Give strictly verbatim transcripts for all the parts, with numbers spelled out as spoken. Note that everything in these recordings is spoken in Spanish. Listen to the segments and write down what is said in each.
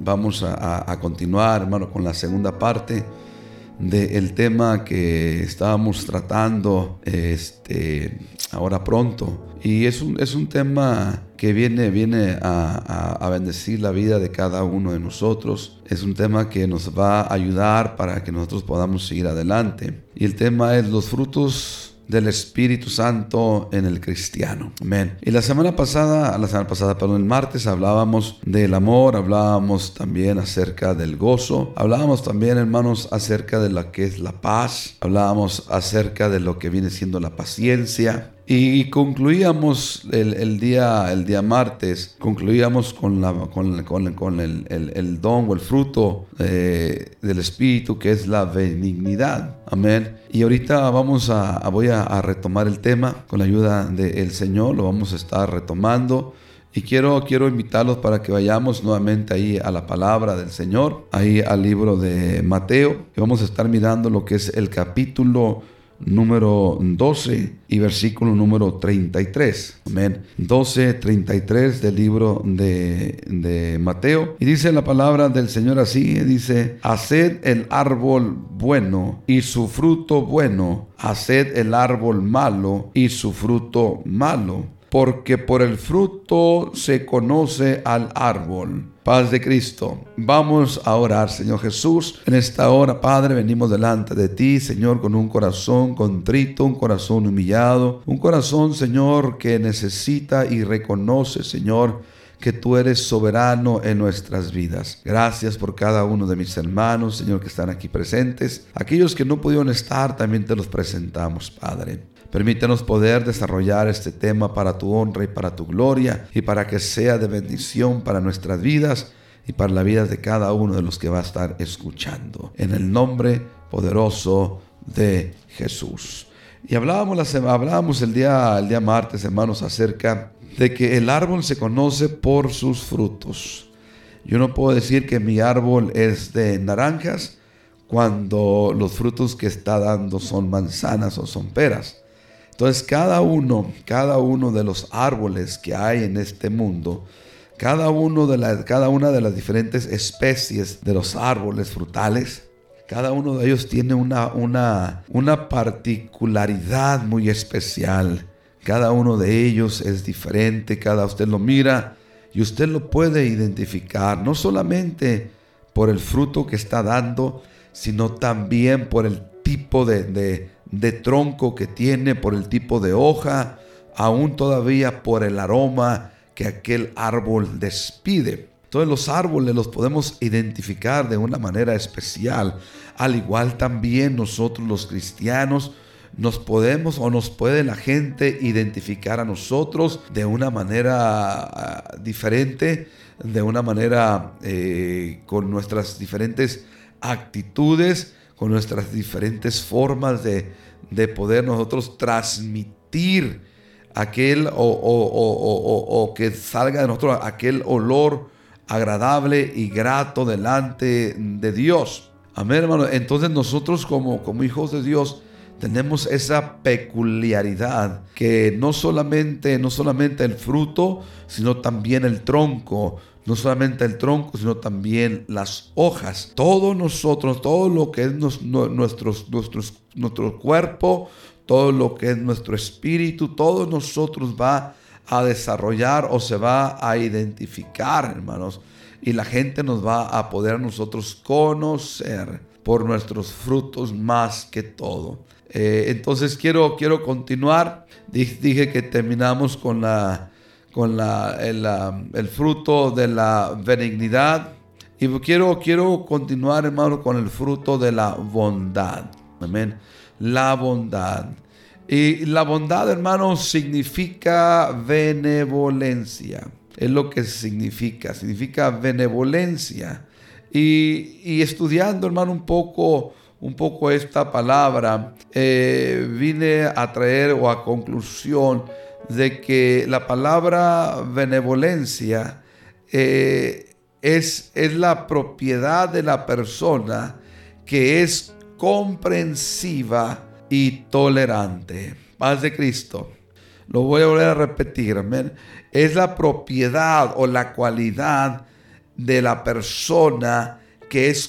vamos a, a, a continuar, hermano, con la segunda parte del tema que estábamos tratando este, ahora pronto. Y es un, es un tema que viene, viene a, a, a bendecir la vida de cada uno de nosotros. Es un tema que nos va a ayudar para que nosotros podamos seguir adelante. Y el tema es los frutos del Espíritu Santo en el cristiano. Amén. Y la semana pasada, la semana pasada, perdón, el martes hablábamos del amor, hablábamos también acerca del gozo, hablábamos también, hermanos, acerca de lo que es la paz, hablábamos acerca de lo que viene siendo la paciencia. Y concluíamos el, el, día, el día martes, concluíamos con, la, con, con, con el, el, el don o el fruto eh, del Espíritu, que es la benignidad. Amén. Y ahorita vamos a, a voy a, a retomar el tema con la ayuda del Señor, lo vamos a estar retomando. Y quiero, quiero invitarlos para que vayamos nuevamente ahí a la palabra del Señor, ahí al libro de Mateo. Y vamos a estar mirando lo que es el capítulo número doce y versículo número treinta y tres. Amén. doce, treinta y tres del libro de, de Mateo. Y dice la palabra del Señor así, dice: haced el árbol bueno y su fruto bueno, haced el árbol malo y su fruto malo, porque por el fruto se conoce al árbol. Paz de Cristo. Vamos a orar, Señor Jesús. En esta hora, Padre, venimos delante de ti, Señor, con un corazón contrito, un corazón humillado, un corazón, Señor, que necesita y reconoce, Señor, que tú eres soberano en nuestras vidas. Gracias por cada uno de mis hermanos, Señor, que están aquí presentes. Aquellos que no pudieron estar, también te los presentamos, Padre. Permítenos poder desarrollar este tema para tu honra y para tu gloria, y para que sea de bendición para nuestras vidas y para la vida de cada uno de los que va a estar escuchando. En el nombre poderoso de Jesús. Y hablábamos, la, hablábamos el, día, el día martes, hermanos, acerca de que el árbol se conoce por sus frutos. Yo no puedo decir que mi árbol es de naranjas cuando los frutos que está dando son manzanas o son peras. Entonces cada uno, cada uno de los árboles que hay en este mundo, cada, uno de la, cada una de las diferentes especies de los árboles frutales, cada uno de ellos tiene una, una, una particularidad muy especial. Cada uno de ellos es diferente, cada usted lo mira y usted lo puede identificar, no solamente por el fruto que está dando, sino también por el tipo de, de de tronco que tiene, por el tipo de hoja, aún todavía por el aroma que aquel árbol despide. Entonces los árboles los podemos identificar de una manera especial. Al igual también nosotros los cristianos nos podemos o nos puede la gente identificar a nosotros de una manera uh, diferente, de una manera eh, con nuestras diferentes actitudes, con nuestras diferentes formas de, de poder nosotros transmitir aquel o, o, o, o, o que salga de nosotros aquel olor agradable y grato delante de Dios. Amén, hermano. Entonces nosotros como, como hijos de Dios tenemos esa peculiaridad que no solamente, no solamente el fruto, sino también el tronco. No solamente el tronco, sino también las hojas. Todos nosotros, todo lo que es nos, nuestros, nuestros, nuestro cuerpo, todo lo que es nuestro espíritu, todos nosotros va a desarrollar o se va a identificar, hermanos. Y la gente nos va a poder nosotros conocer por nuestros frutos más que todo. Eh, entonces quiero, quiero continuar. Dije, dije que terminamos con la... con la, el, el fruto de la benignidad. Y quiero, quiero continuar, hermano, con el fruto de la bondad. Amén. La bondad. Y la bondad, hermano, significa benevolencia. Es lo que significa. Significa benevolencia. Y, y estudiando, hermano, un poco, un poco esta palabra, eh, vine a traer o a conclusión de que la palabra benevolencia eh, es, es la propiedad de la persona que es comprensiva y tolerante. Paz de Cristo. Lo voy a volver a repetir, amén. Es la propiedad o la cualidad de la persona que es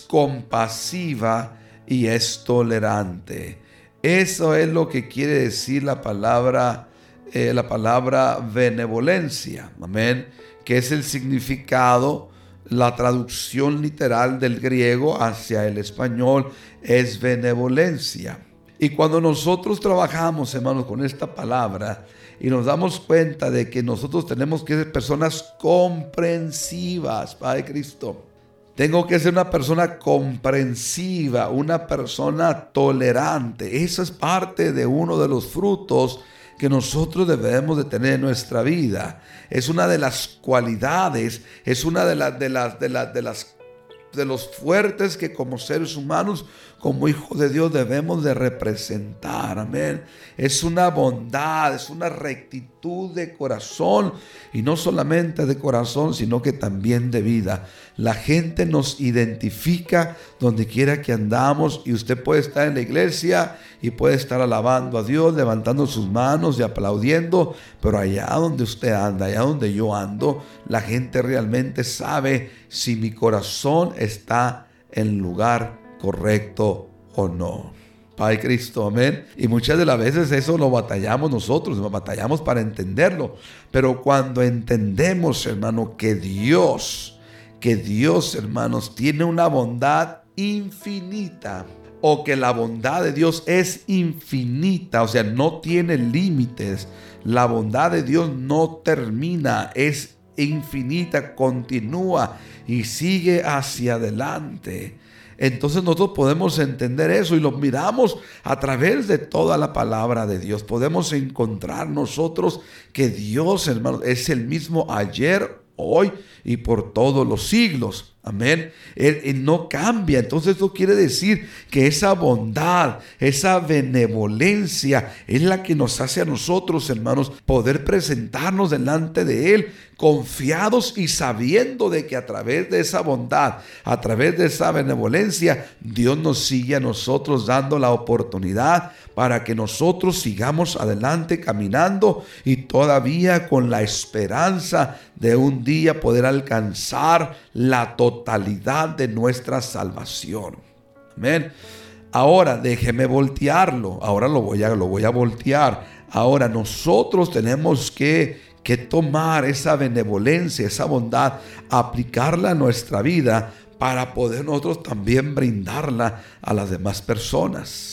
compasiva y es tolerante. Eso es lo que quiere decir la palabra, eh, la palabra benevolencia. Amén. Que es el significado, la traducción literal del griego hacia el español es benevolencia. Y cuando nosotros trabajamos, hermanos, con esta palabra y nos damos cuenta de que nosotros tenemos que ser personas comprensivas, Padre Cristo. Tengo que ser una persona comprensiva, una persona tolerante. Eso es parte de uno de los frutos que nosotros debemos de tener en nuestra vida. Es una de las cualidades, es una de las de las de las de las de los fuertes que como seres humanos, como hijos de Dios, debemos de representar. Amén. Es una bondad, es una rectitud de corazón, y no solamente de corazón, sino que también de vida. La gente nos identifica donde quiera que andamos, y usted puede estar en la iglesia y puede estar alabando a Dios, levantando sus manos y aplaudiendo, pero allá donde usted anda, allá donde yo ando, la gente realmente sabe si mi corazón está en el lugar correcto o no. Padre Cristo, amén. Y muchas de las veces eso lo batallamos nosotros, lo batallamos para entenderlo. Pero cuando entendemos, hermano, que Dios, que Dios, hermanos, tiene una bondad infinita, o que la bondad de Dios es infinita, o sea, no tiene límites. La bondad de Dios no termina, es infinita, continúa y sigue hacia adelante. Entonces nosotros podemos entender eso y lo miramos a través de toda la palabra de Dios. Podemos encontrar nosotros que Dios, hermanos, es el mismo ayer, hoy y por todos los siglos. Amén. Él, él no cambia. Entonces eso quiere decir que esa bondad, esa benevolencia es la que nos hace a nosotros, hermanos, poder presentarnos delante de Él confiados y sabiendo de que a través de esa bondad, a través de esa benevolencia, Dios nos sigue a nosotros dando la oportunidad para que nosotros sigamos adelante caminando y todavía con la esperanza de un día poder alcanzar la totalidad de nuestra salvación. Amén. Ahora déjeme voltearlo. Ahora lo voy a, lo voy a voltear. Ahora nosotros tenemos que, que tomar esa benevolencia, esa bondad, aplicarla a nuestra vida para poder nosotros también brindarla a las demás personas.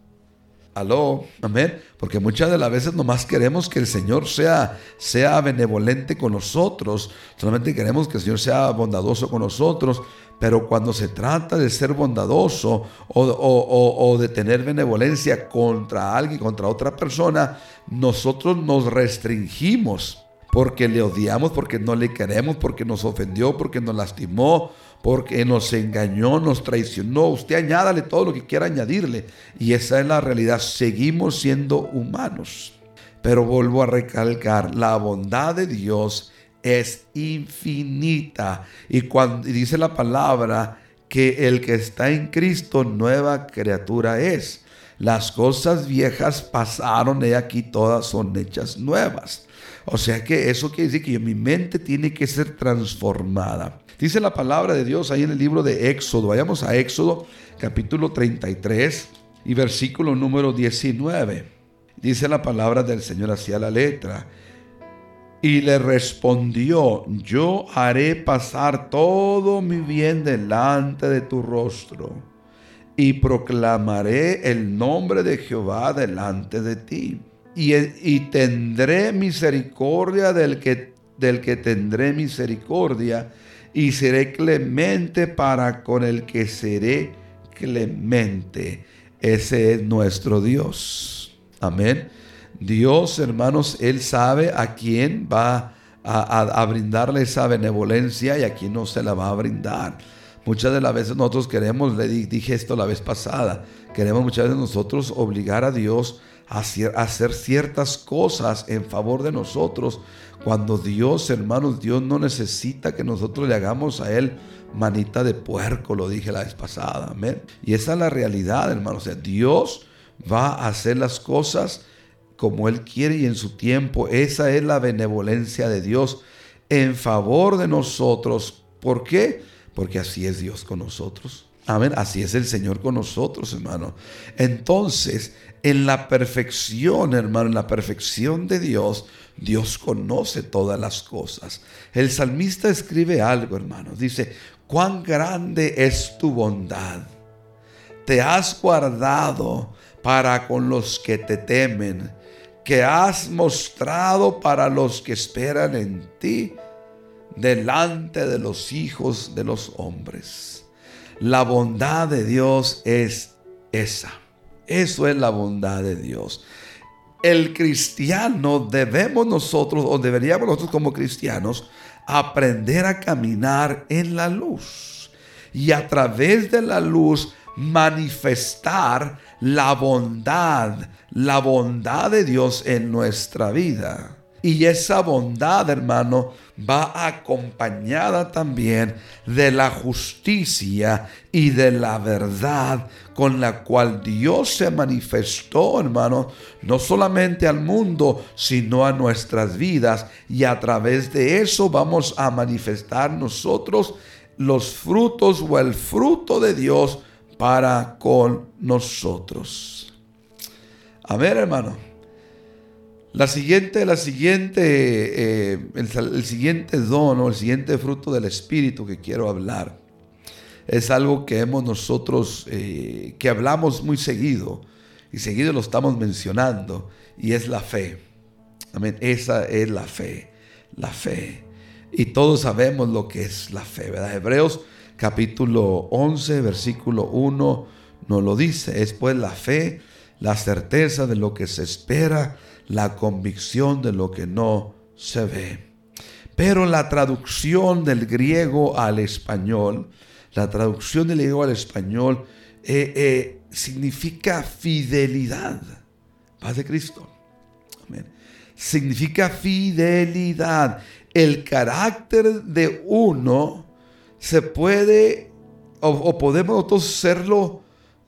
Aló, amén. Porque muchas de las veces nomás queremos que el Señor sea, sea benevolente con nosotros. Solamente queremos que el Señor sea bondadoso con nosotros. Pero cuando se trata de ser bondadoso o, o, o, o de tener benevolencia contra alguien, contra otra persona, nosotros nos restringimos porque le odiamos, porque no le queremos, porque nos ofendió, porque nos lastimó, porque nos engañó, nos traicionó. Usted añádale todo lo que quiera añadirle. Y esa es la realidad. Seguimos siendo humanos. Pero vuelvo a recalcar, la bondad de Dios es infinita. Y cuando y dice la palabra que el que está en Cristo, nueva criatura es. Las cosas viejas pasaron y aquí todas son hechas nuevas. O sea que eso quiere decir que mi mente tiene que ser transformada. Dice la palabra de Dios ahí en el libro de Éxodo. Vayamos a Éxodo capítulo treinta y tres y versículo número diecinueve. Dice la palabra del Señor así a la letra. Y le respondió: yo haré pasar todo mi bien delante de tu rostro y proclamaré el nombre de Jehová delante de ti. Y, y tendré misericordia del que, del que tendré misericordia, y seré clemente para con el que seré clemente. Ese es nuestro Dios. Amén. Dios, hermanos, Él sabe a quién va a, a, a brindarle esa benevolencia y a quién no se la va a brindar. Muchas de las veces nosotros queremos, le dije esto la vez pasada, queremos muchas veces nosotros obligar a Dios a hacer ciertas cosas en favor de nosotros, cuando Dios, hermanos, Dios no necesita que nosotros le hagamos a Él manita de puerco, lo dije la vez pasada, amén. Y esa es la realidad, hermanos. O sea, Dios va a hacer las cosas como Él quiere y en su tiempo. Esa es la benevolencia de Dios en favor de nosotros, ¿Por qué? Porque así es Dios con nosotros. Amén. Así es el Señor con nosotros, hermano. Entonces, en la perfección, hermano, en la perfección de Dios, Dios conoce todas las cosas. El salmista escribe algo, hermano. Dice, cuán grande es tu bondad. Te has guardado para con los que te temen, que has mostrado para los que esperan en ti, delante de los hijos de los hombres. La bondad de Dios es esa. Eso es la bondad de Dios. El cristiano debemos nosotros, o deberíamos nosotros como cristianos, aprender a caminar en la luz. Y a través de la luz manifestar la bondad, la bondad de Dios en nuestra vida. Y esa bondad, hermano, va acompañada también de la justicia y de la verdad con la cual Dios se manifestó, hermano, no solamente al mundo, sino a nuestras vidas. Y a través de eso vamos a manifestar nosotros los frutos o el fruto de Dios para con nosotros. A ver, hermano. La siguiente, la siguiente, eh, el, el siguiente don o el siguiente fruto del Espíritu que quiero hablar es algo que hemos nosotros, eh, que hablamos muy seguido y seguido lo estamos mencionando, y es la fe. Amén. Esa es la fe, la fe. Y todos sabemos lo que es la fe, ¿verdad? Hebreos capítulo once, versículo uno nos lo dice. Es pues la fe, la certeza de lo que se espera, la convicción de lo que no se ve. Pero la traducción del griego al español, la traducción del griego al español eh, eh, significa fidelidad. Paz de Cristo. Amén. Significa fidelidad. El carácter de uno se puede, o, o podemos nosotros serlo,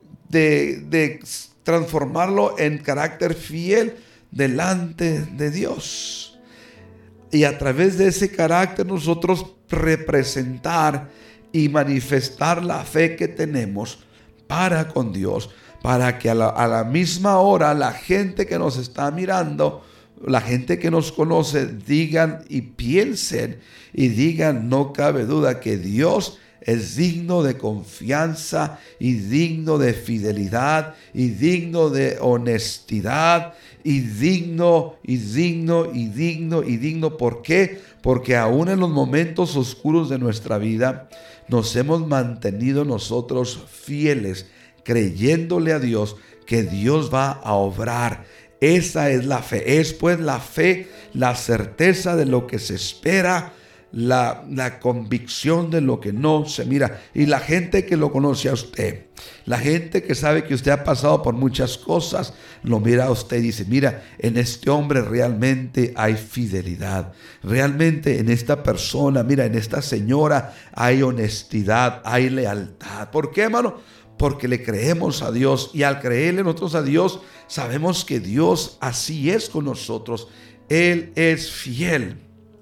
de, de transformarlo en carácter fiel delante de Dios. Y a través de ese carácter nosotros representar y manifestar la fe que tenemos para con Dios, para que a la, a la misma hora la gente que nos está mirando, la gente que nos conoce, digan y piensen y digan, no cabe duda que Dios es digno de confianza y digno de fidelidad y digno de honestidad y digno y digno y digno y digno. ¿Por qué? Porque aún en los momentos oscuros de nuestra vida nos hemos mantenido nosotros fieles, creyéndole a Dios que Dios va a obrar. Esa es la fe. Es pues la fe, la certeza de lo que se espera, La, la convicción de lo que no se mira. Y la gente que lo conoce a usted, la gente que sabe que usted ha pasado por muchas cosas, lo mira a usted y dice, mira, en este hombre realmente hay fidelidad. Realmente en esta persona, mira, en esta señora hay honestidad, hay lealtad. ¿Por qué, hermano? Porque le creemos a Dios, y al creerle nosotros a Dios, sabemos que Dios así es con nosotros. Él es fiel.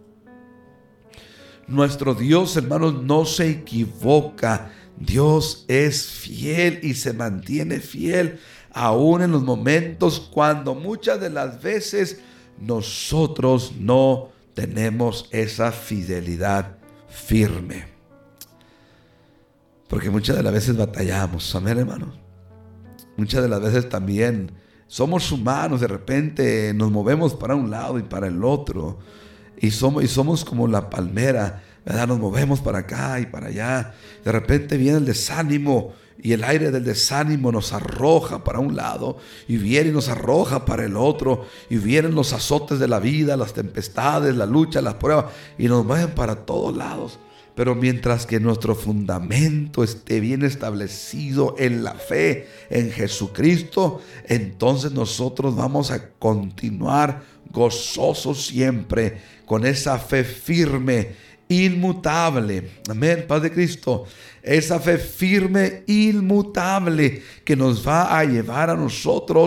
Nuestro Dios, hermanos, no se equivoca. Dios es fiel y se mantiene fiel aún en los momentos cuando muchas de las veces nosotros no tenemos esa fidelidad firme. Porque muchas de las veces batallamos, amén, hermanos. Muchas de las veces también somos humanos, de repente nos movemos para un lado y para el otro. Y somos, y somos como la palmera, ¿verdad? Nos movemos para acá y para allá. De repente viene el desánimo y el aire del desánimo nos arroja para un lado y viene y nos arroja para el otro. Y vienen los azotes de la vida, las tempestades, la lucha, las pruebas, y nos mueven para todos lados. Pero mientras que nuestro fundamento esté bien establecido en la fe, en Jesucristo, entonces nosotros vamos a continuar gozosos siempre, con esa fe firme, inmutable. Amén, paz de Cristo. Esa fe firme, inmutable, que nos va a llevar a nosotros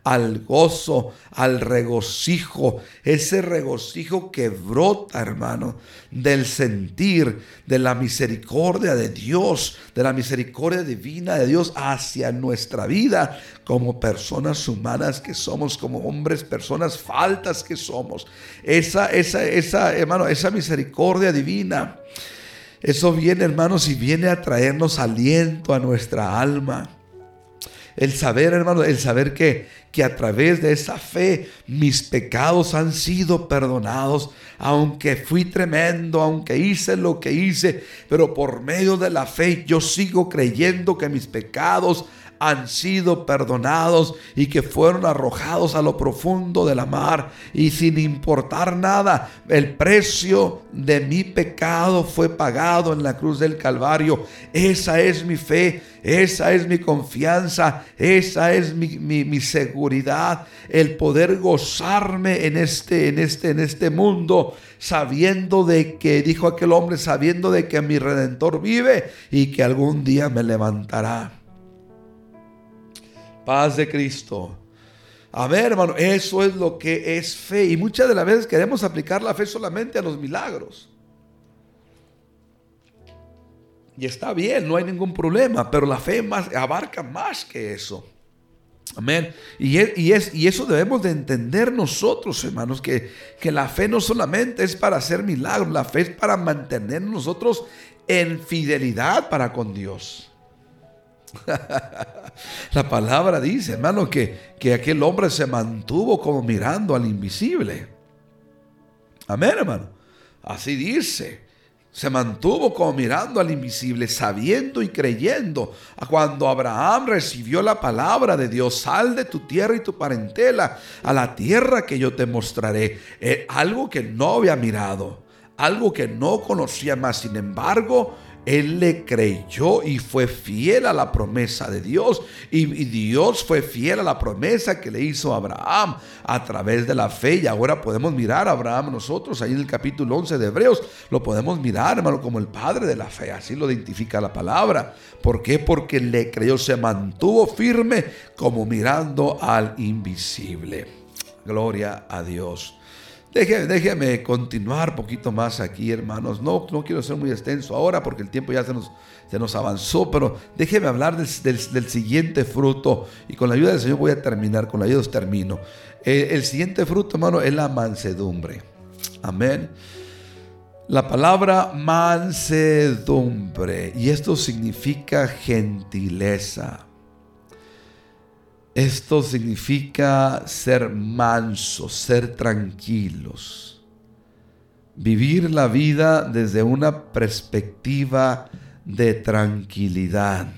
al gozo, al regocijo, ese regocijo que brota, hermano, del sentir de la misericordia de Dios, de la misericordia divina de Dios hacia nuestra vida como personas humanas que somos, como hombres, personas faltas que somos. Esa, esa, esa, hermano, esa misericordia divina, eso viene, hermanos, y viene a traernos aliento a nuestra alma. El saber, hermano, el saber que, que a través de esa fe mis pecados han sido perdonados, aunque fui tremendo, aunque hice lo que hice, pero por medio de la fe yo sigo creyendo que mis pecados han sido perdonados y que fueron arrojados a lo profundo de la mar, y sin importar nada, el precio de mi pecado fue pagado en la cruz del Calvario. Esa es mi fe, esa es mi confianza, esa es mi, mi, mi seguridad, el poder gozarme en este, en este, en este mundo, sabiendo de que, dijo aquel hombre, sabiendo de que mi Redentor vive y que algún día me levantará. Paz de Cristo. A ver, hermano, eso es lo que es fe. Y muchas de las veces queremos aplicar la fe solamente a los milagros. Y está bien, no hay ningún problema, pero la fe más, abarca más que eso. Amén. Y, es, y, es, y eso debemos de entender nosotros, hermanos, que, que la fe no solamente es para hacer milagros, la fe es para mantener nosotros en fidelidad para con Dios. La palabra dice, hermano, que, que aquel hombre se mantuvo como mirando al invisible. Amén, hermano. Así dice. Se mantuvo como mirando al invisible, sabiendo y creyendo. Cuando Abraham recibió la palabra de Dios, sal de tu tierra y tu parentela a la tierra que yo te mostraré. Eh, algo que no había mirado, algo que no conocía más. Sin embargo, él le creyó y fue fiel a la promesa de Dios. Y, y Dios fue fiel a la promesa que le hizo a Abraham a través de la fe. Y ahora podemos mirar a Abraham nosotros, ahí en el capítulo once de Hebreos, lo podemos mirar, hermano, como el padre de la fe. Así lo identifica la palabra. ¿Por qué? Porque le creyó, se mantuvo firme como mirando al invisible. Gloria a Dios. Déjeme, déjeme continuar un poquito más aquí, hermanos. No, no quiero ser muy extenso ahora porque el tiempo ya se nos, se nos avanzó, pero déjeme hablar del, del, del siguiente fruto. Y con la ayuda del Señor voy a terminar, con la ayuda de Dios termino. Eh, el siguiente fruto, hermano, es la mansedumbre. Amén. La palabra mansedumbre, y esto significa gentileza. Esto significa ser mansos, ser tranquilos. Vivir la vida desde una perspectiva de tranquilidad.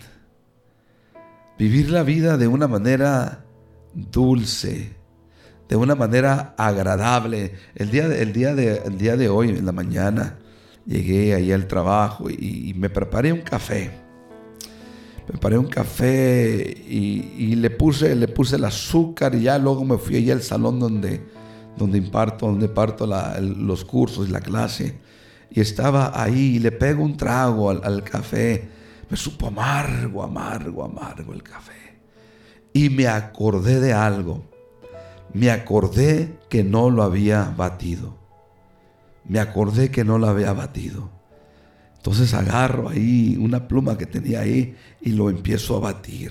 Vivir la vida de una manera dulce, de una manera agradable. El día de, el día de, el día de hoy, en la mañana, llegué ahí al trabajo y, y me preparé un café. Preparé un café y, y le, puse, le puse el azúcar, y ya luego me fui allá al salón donde, donde imparto, donde parto la, el, los cursos y la clase. Y estaba ahí y le pego un trago al, al café. Me supo amargo, amargo, amargo el café. Y me acordé de algo. Me acordé que no lo había batido. Me acordé que no lo había batido. Entonces agarro ahí una pluma que tenía ahí y lo empiezo a batir.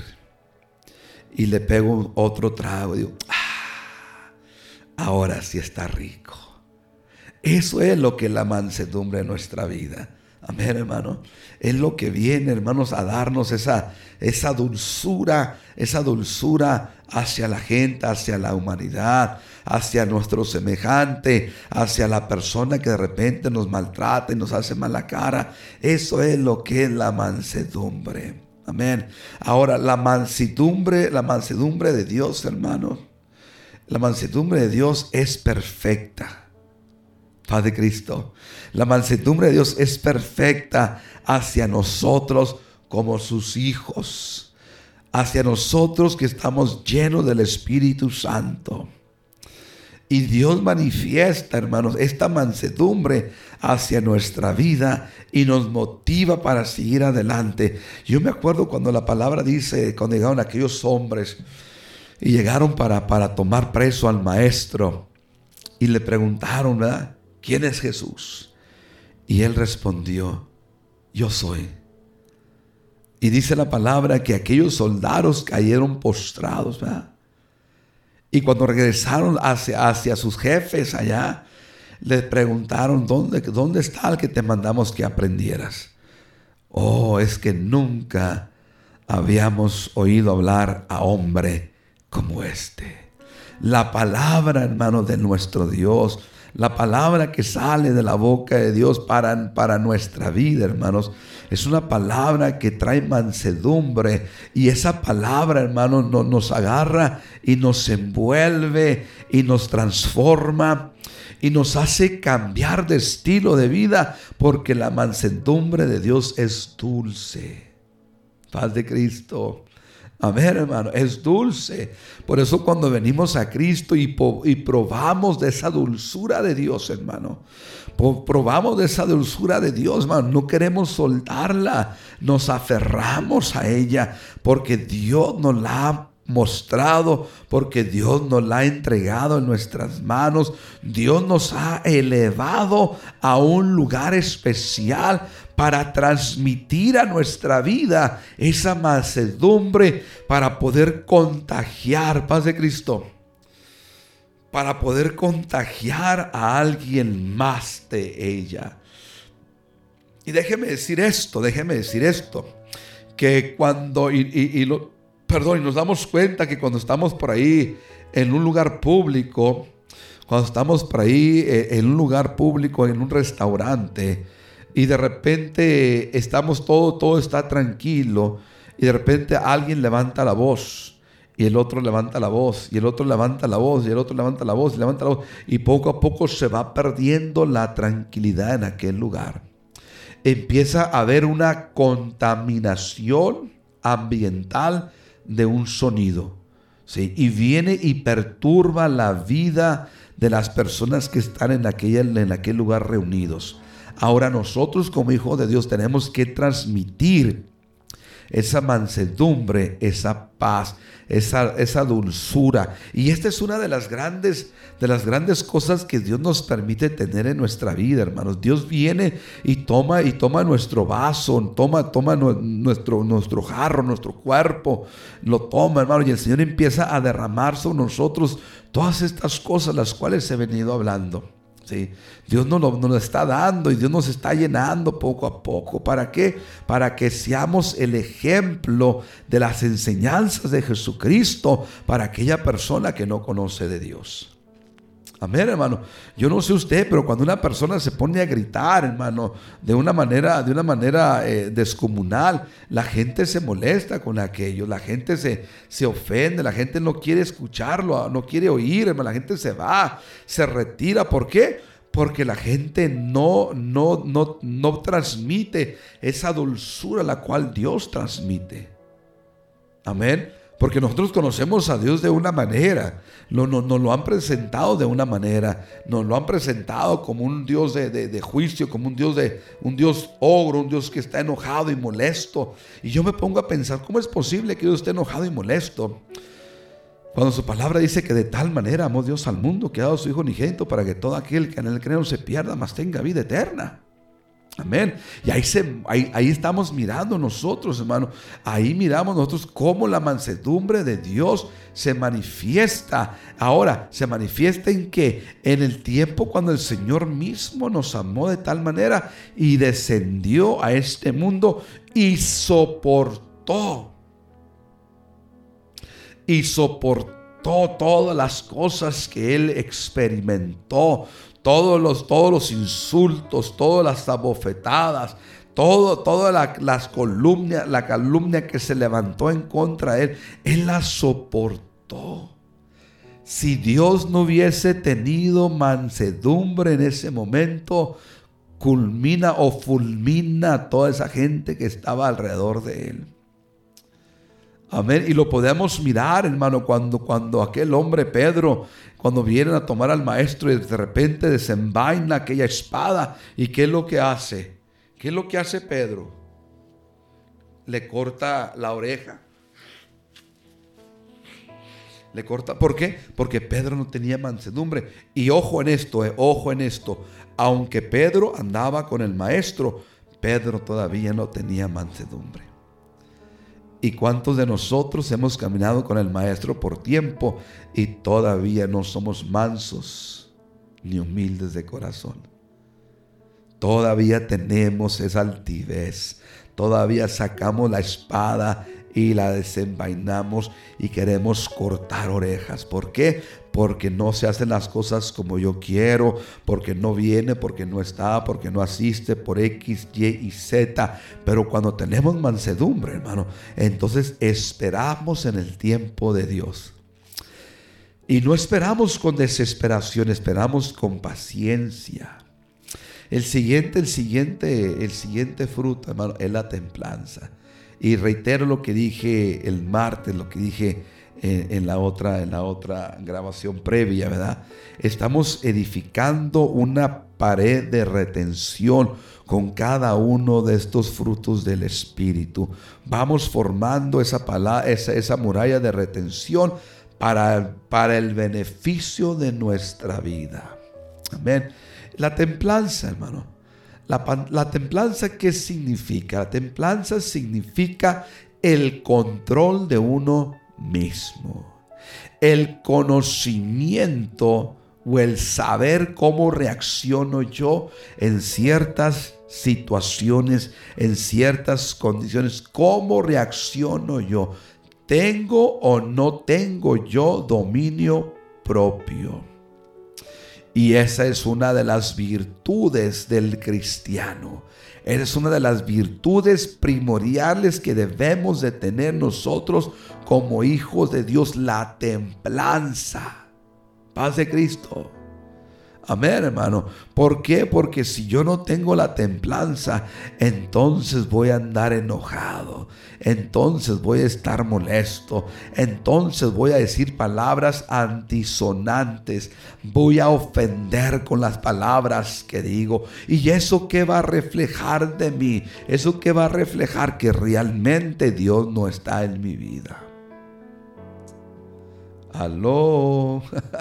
Y le pego otro trago y digo, ¡ah! Ahora sí está rico. Eso es lo que es la mansedumbre de nuestra vida. Amén, hermano. Es lo que viene, hermanos, a darnos esa, esa dulzura, esa dulzura hacia la gente, hacia la humanidad, hacia nuestro semejante, hacia la persona que de repente nos maltrata y nos hace mala cara. Eso es lo que es la mansedumbre. Amén. Ahora, la mansedumbre, la mansedumbre de Dios, hermanos, la mansedumbre de Dios es perfecta. Paz de Cristo. La mansedumbre de Dios es perfecta hacia nosotros como sus hijos, hacia nosotros que estamos llenos del Espíritu Santo. Y Dios manifiesta, hermanos, esta mansedumbre hacia nuestra vida y nos motiva para seguir adelante. Yo me acuerdo cuando la palabra dice, cuando llegaron aquellos hombres Y llegaron para, para tomar preso al maestro. Y le preguntaron, ¿verdad? ¿Quién es Jesús? Y él respondió, yo soy. Y dice la palabra que aquellos soldados cayeron postrados, ¿verdad? Y cuando regresaron hacia, hacia sus jefes allá, les preguntaron, ¿dónde, ¿dónde está el que te mandamos que aprendieras? Oh, es que nunca habíamos oído hablar a hombre como este. La palabra, hermano, de nuestro Dios, la palabra que sale de la boca de Dios para, para nuestra vida, hermanos, es una palabra que trae mansedumbre. Y esa palabra, hermano, no, nos agarra y nos envuelve y nos transforma y nos hace cambiar de estilo de vida, porque la mansedumbre de Dios es dulce. Paz de Cristo. Amén, hermano, es dulce. Por eso cuando venimos a Cristo y, y probamos de esa dulzura de Dios, hermano, probamos de esa dulzura de Dios, hermano, no queremos soltarla, nos aferramos a ella, porque Dios nos la ha mostrado, porque Dios nos la ha entregado en nuestras manos. Dios nos ha elevado a un lugar especial para transmitir a nuestra vida esa mansedumbre, para poder contagiar, paz de Cristo, para poder contagiar a alguien más de ella. Y déjeme decir esto, déjeme decir esto, que cuando, y, y, y lo, perdón, y nos damos cuenta que cuando estamos por ahí en un lugar público, cuando estamos por ahí en un lugar público, en un restaurante, y de repente estamos todo, todo está tranquilo, y de repente alguien levanta la voz, y el otro levanta la voz, y el otro levanta la voz, y el otro levanta la voz, y levanta la voz, y poco a poco se va perdiendo la tranquilidad en aquel lugar. Empieza a haber una contaminación ambiental de un sonido, ¿sí? Y viene y perturba la vida de las personas que están en, aquella, en aquel lugar reunidos. Ahora nosotros como hijos de Dios tenemos que transmitir esa mansedumbre, esa paz, esa, esa dulzura. Y esta es una de las grandes, de las grandes cosas que Dios nos permite tener en nuestra vida, hermanos. Dios viene y toma, y toma nuestro vaso, toma, toma nuestro, nuestro jarro, nuestro cuerpo, lo toma, hermano, y el Señor empieza a derramar sobre nosotros todas estas cosas, las cuales he venido hablando. Sí, Dios nos lo, nos lo está dando y Dios nos está llenando poco a poco. ¿Para qué? Para que seamos el ejemplo de las enseñanzas de Jesucristo para aquella persona que no conoce de Dios. Amén, hermano. Yo no sé usted, pero cuando una persona se pone a gritar, hermano, de una manera, de una manera eh, descomunal, la gente se molesta con aquello, la gente se, se ofende, la gente no quiere escucharlo, no quiere oír, hermano, la gente se va, se retira. ¿Por qué? Porque la gente no, no, no, no transmite esa dulzura la cual Dios transmite. Amén. Porque nosotros conocemos a Dios de una manera, nos, nos, nos lo han presentado de una manera, nos lo han presentado como un Dios de, de, de juicio, como un Dios, de, un Dios ogro, un Dios que está enojado y molesto. Y yo me pongo a pensar, ¿cómo es posible que Dios esté enojado y molesto? Cuando su palabra dice que de tal manera amó Dios al mundo que ha dado a su Hijo unigénito para que todo aquel que en él cree no se pierda, mas tenga vida eterna. Amén. Y ahí, se, ahí, ahí estamos mirando nosotros, hermano. Ahí miramos nosotros cómo la mansedumbre de Dios se manifiesta. Ahora, ¿se manifiesta en qué? En el tiempo cuando el Señor mismo nos amó de tal manera y descendió a este mundo y soportó. Y soportó todas las cosas que Él experimentó. Todos los, todos los insultos, todas las abofetadas, todo, toda la, las calumnia, la calumnia que se levantó en contra de Él, Él la soportó. Si Dios no hubiese tenido mansedumbre en ese momento, culmina o fulmina a toda esa gente que estaba alrededor de Él. Amén. Y lo podemos mirar, hermano, cuando, cuando aquel hombre Pedro, cuando vienen a tomar al maestro y de repente desenvaina aquella espada. ¿Y qué es lo que hace? ¿Qué es lo que hace Pedro? Le corta la oreja. Le corta. ¿Por qué? Porque Pedro no tenía mansedumbre. Y ojo en esto, eh, ojo en esto. Aunque Pedro andaba con el maestro, Pedro todavía no tenía mansedumbre. ¿Y cuántos de nosotros hemos caminado con el maestro por tiempo y todavía no somos mansos ni humildes de corazón? Todavía tenemos esa altivez. Todavía sacamos la espada y la desenvainamos y queremos cortar orejas. ¿Por qué? Porque no se hacen las cosas como yo quiero, porque no viene, porque no está, porque no asiste, por X, Y y Z. Pero cuando tenemos mansedumbre, hermano, entonces esperamos en el tiempo de Dios. Y no esperamos con desesperación, esperamos con paciencia. El siguiente, el siguiente, el siguiente fruto, hermano, es la templanza. Y reitero lo que dije el martes, lo que dije en, en, la otra, en la otra grabación previa, ¿verdad? Estamos edificando una pared de retención con cada uno de estos frutos del Espíritu. Vamos formando esa, palabra, esa, esa muralla de retención para, para el beneficio de nuestra vida. Amén. La templanza, hermano. La, la templanza, ¿qué significa? La templanza significa el control de uno mismo, el conocimiento o el saber cómo reacciono yo en ciertas situaciones, en ciertas condiciones. ¿Cómo reacciono yo? ¿Tengo o no tengo yo dominio propio? Y esa es una de las virtudes del cristiano. Esa es una de las virtudes primordiales que debemos de tener nosotros como hijos de Dios, la templanza. Paz de Cristo. Amén, hermano. ¿Por qué? Porque si yo no tengo la templanza, entonces voy a andar enojado. Entonces voy a estar molesto. Entonces voy a decir palabras antisonantes. Voy a ofender con las palabras que digo. ¿Y eso qué va a reflejar de mí? ¿Eso qué va a reflejar? Que realmente Dios no está en mi vida. Aló.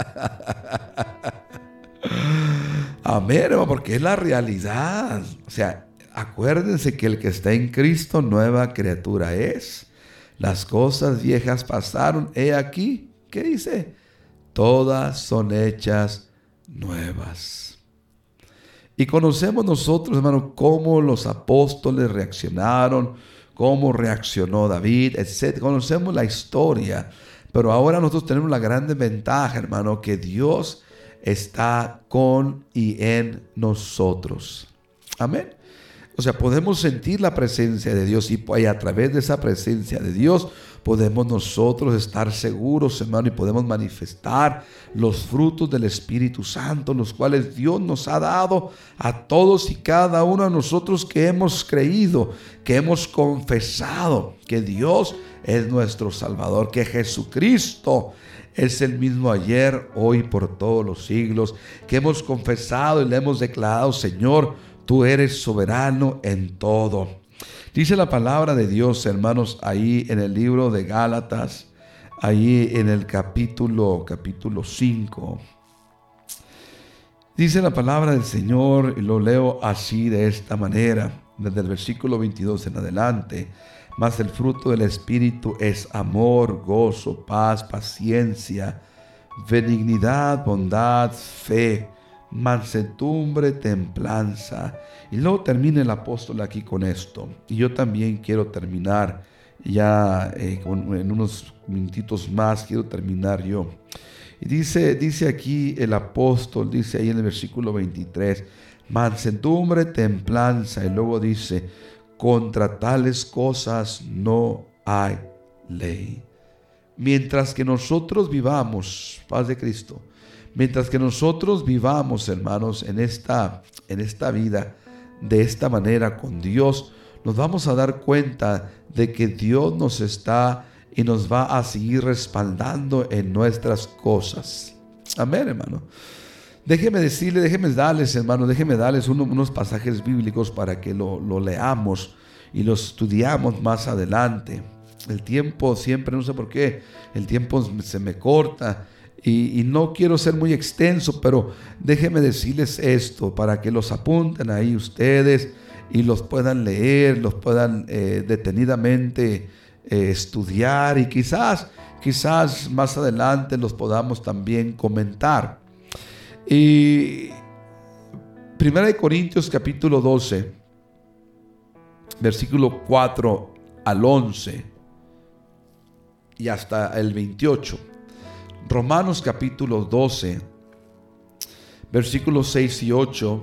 Amén, hermano, porque es la realidad. O sea, acuérdense que el que está en Cristo, nueva criatura es. Las cosas viejas pasaron. He aquí, ¿qué dice? Todas son hechas nuevas. Y conocemos nosotros, hermano, cómo los apóstoles reaccionaron, cómo reaccionó David, etcétera. Conocemos la historia. Pero ahora nosotros tenemos la gran ventaja, hermano, que Dios está con y en nosotros. Amén. O sea, podemos sentir la presencia de Dios y a través de esa presencia de Dios podemos nosotros estar seguros, hermano, y podemos manifestar los frutos del Espíritu Santo, los cuales Dios nos ha dado a todos y cada uno de nosotros que hemos creído, que hemos confesado que Dios es nuestro Salvador, que Jesucristo es el mismo ayer, hoy, por todos los siglos, que hemos confesado y le hemos declarado: Señor, tú eres soberano en todo. Dice la palabra de Dios, hermanos, ahí en el libro de Gálatas, ahí en el capítulo, capítulo cinco. Dice la palabra del Señor, y lo leo así, de esta manera, desde el versículo veintidós en adelante. Mas el fruto del Espíritu es amor, gozo, paz, paciencia, benignidad, bondad, fe, mansedumbre, templanza. Y luego termina el apóstol aquí con esto. Y yo también quiero terminar ya eh, con, en unos minutitos más, quiero terminar yo. Y dice, dice aquí el apóstol, dice ahí en el versículo veintitrés, mansedumbre, templanza. Y luego dice: contra tales cosas no hay ley. Mientras que nosotros vivamos, paz de Cristo, mientras que nosotros vivamos, hermanos, en esta, en esta vida, de esta manera con Dios, nos vamos a dar cuenta de que Dios nos está y nos va a seguir respaldando en nuestras cosas. Amén, hermano. Déjeme decirle, déjeme darles, hermano, déjeme darles uno, unos pasajes bíblicos para que lo, lo leamos y lo estudiamos más adelante. el tiempo siempre, no sé por qué, el tiempo se me corta. Y, y no quiero ser muy extenso, pero déjenme decirles esto para que los apunten ahí ustedes y los puedan leer, los puedan eh, detenidamente eh, estudiar y quizás, quizás más adelante los podamos también comentar. Y Primera de Corintios capítulo doce, versículo cuatro al once y hasta el veintiocho. Romanos capítulo doce, versículos seis y ocho,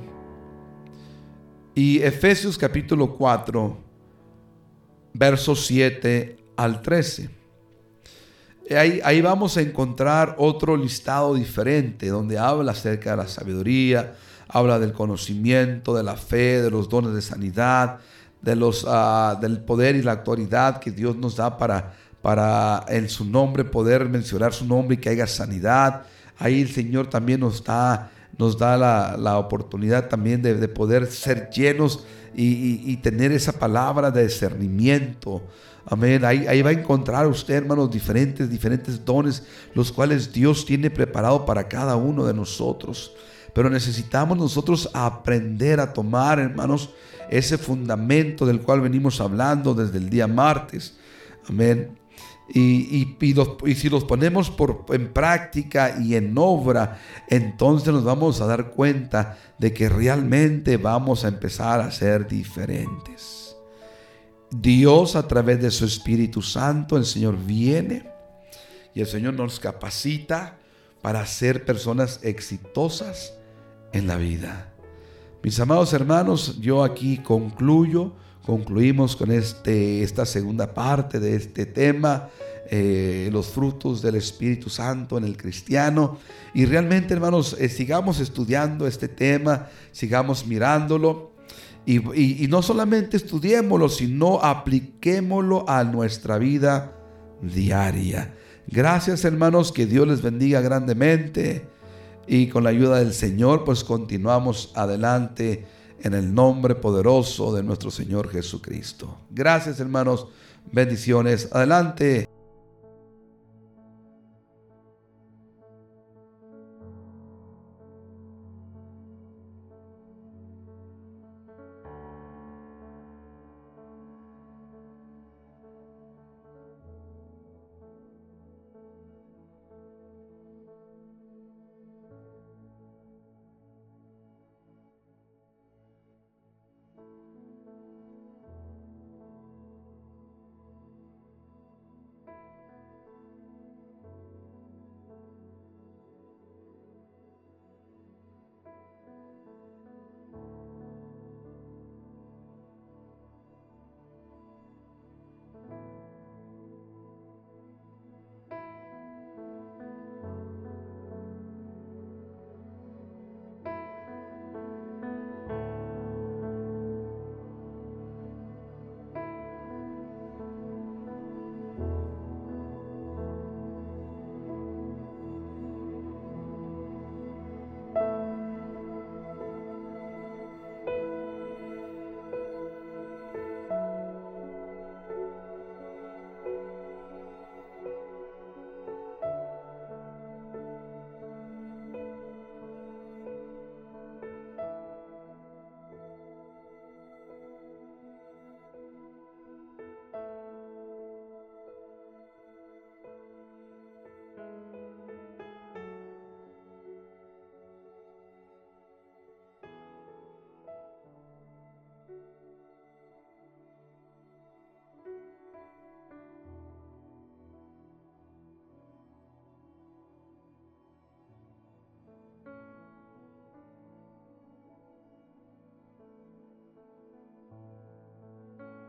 y Efesios capítulo cuatro, versos siete al trece. Ahí, ahí vamos a encontrar otro listado diferente, donde habla acerca de la sabiduría, habla del conocimiento, de la fe, de los dones de sanidad, de los, uh, del poder y la autoridad que Dios nos da para para en su nombre poder mencionar su nombre y que haya sanidad. Ahí el Señor también nos da, nos da la, la oportunidad también de, de poder ser llenos y, y, y tener esa palabra de discernimiento. Amén. Ahí, ahí va a encontrar usted, hermanos, diferentes, diferentes dones, los cuales Dios tiene preparado para cada uno de nosotros. Pero necesitamos nosotros aprender a tomar, hermanos, ese fundamento del cual venimos hablando desde el día martes. Amén. Y, y, y, los, y si los ponemos por, en práctica y en obra, entonces nos vamos a dar cuenta de que realmente vamos a empezar a ser diferentes. Dios, a través de su Espíritu Santo, el Señor viene y el Señor nos capacita para ser personas exitosas en la vida. Mis amados hermanos, yo aquí concluyo. Concluimos con este, esta segunda parte de este tema, eh, los frutos del Espíritu Santo en el cristiano. Y realmente, hermanos, eh, sigamos estudiando este tema, sigamos mirándolo. Y, y, y no solamente estudiémoslo, sino apliquémoslo a nuestra vida diaria. Gracias, hermanos, que Dios les bendiga grandemente. Y con la ayuda del Señor, pues continuamos adelante en el nombre poderoso de nuestro Señor Jesucristo. Gracias, hermanos. Bendiciones. Adelante.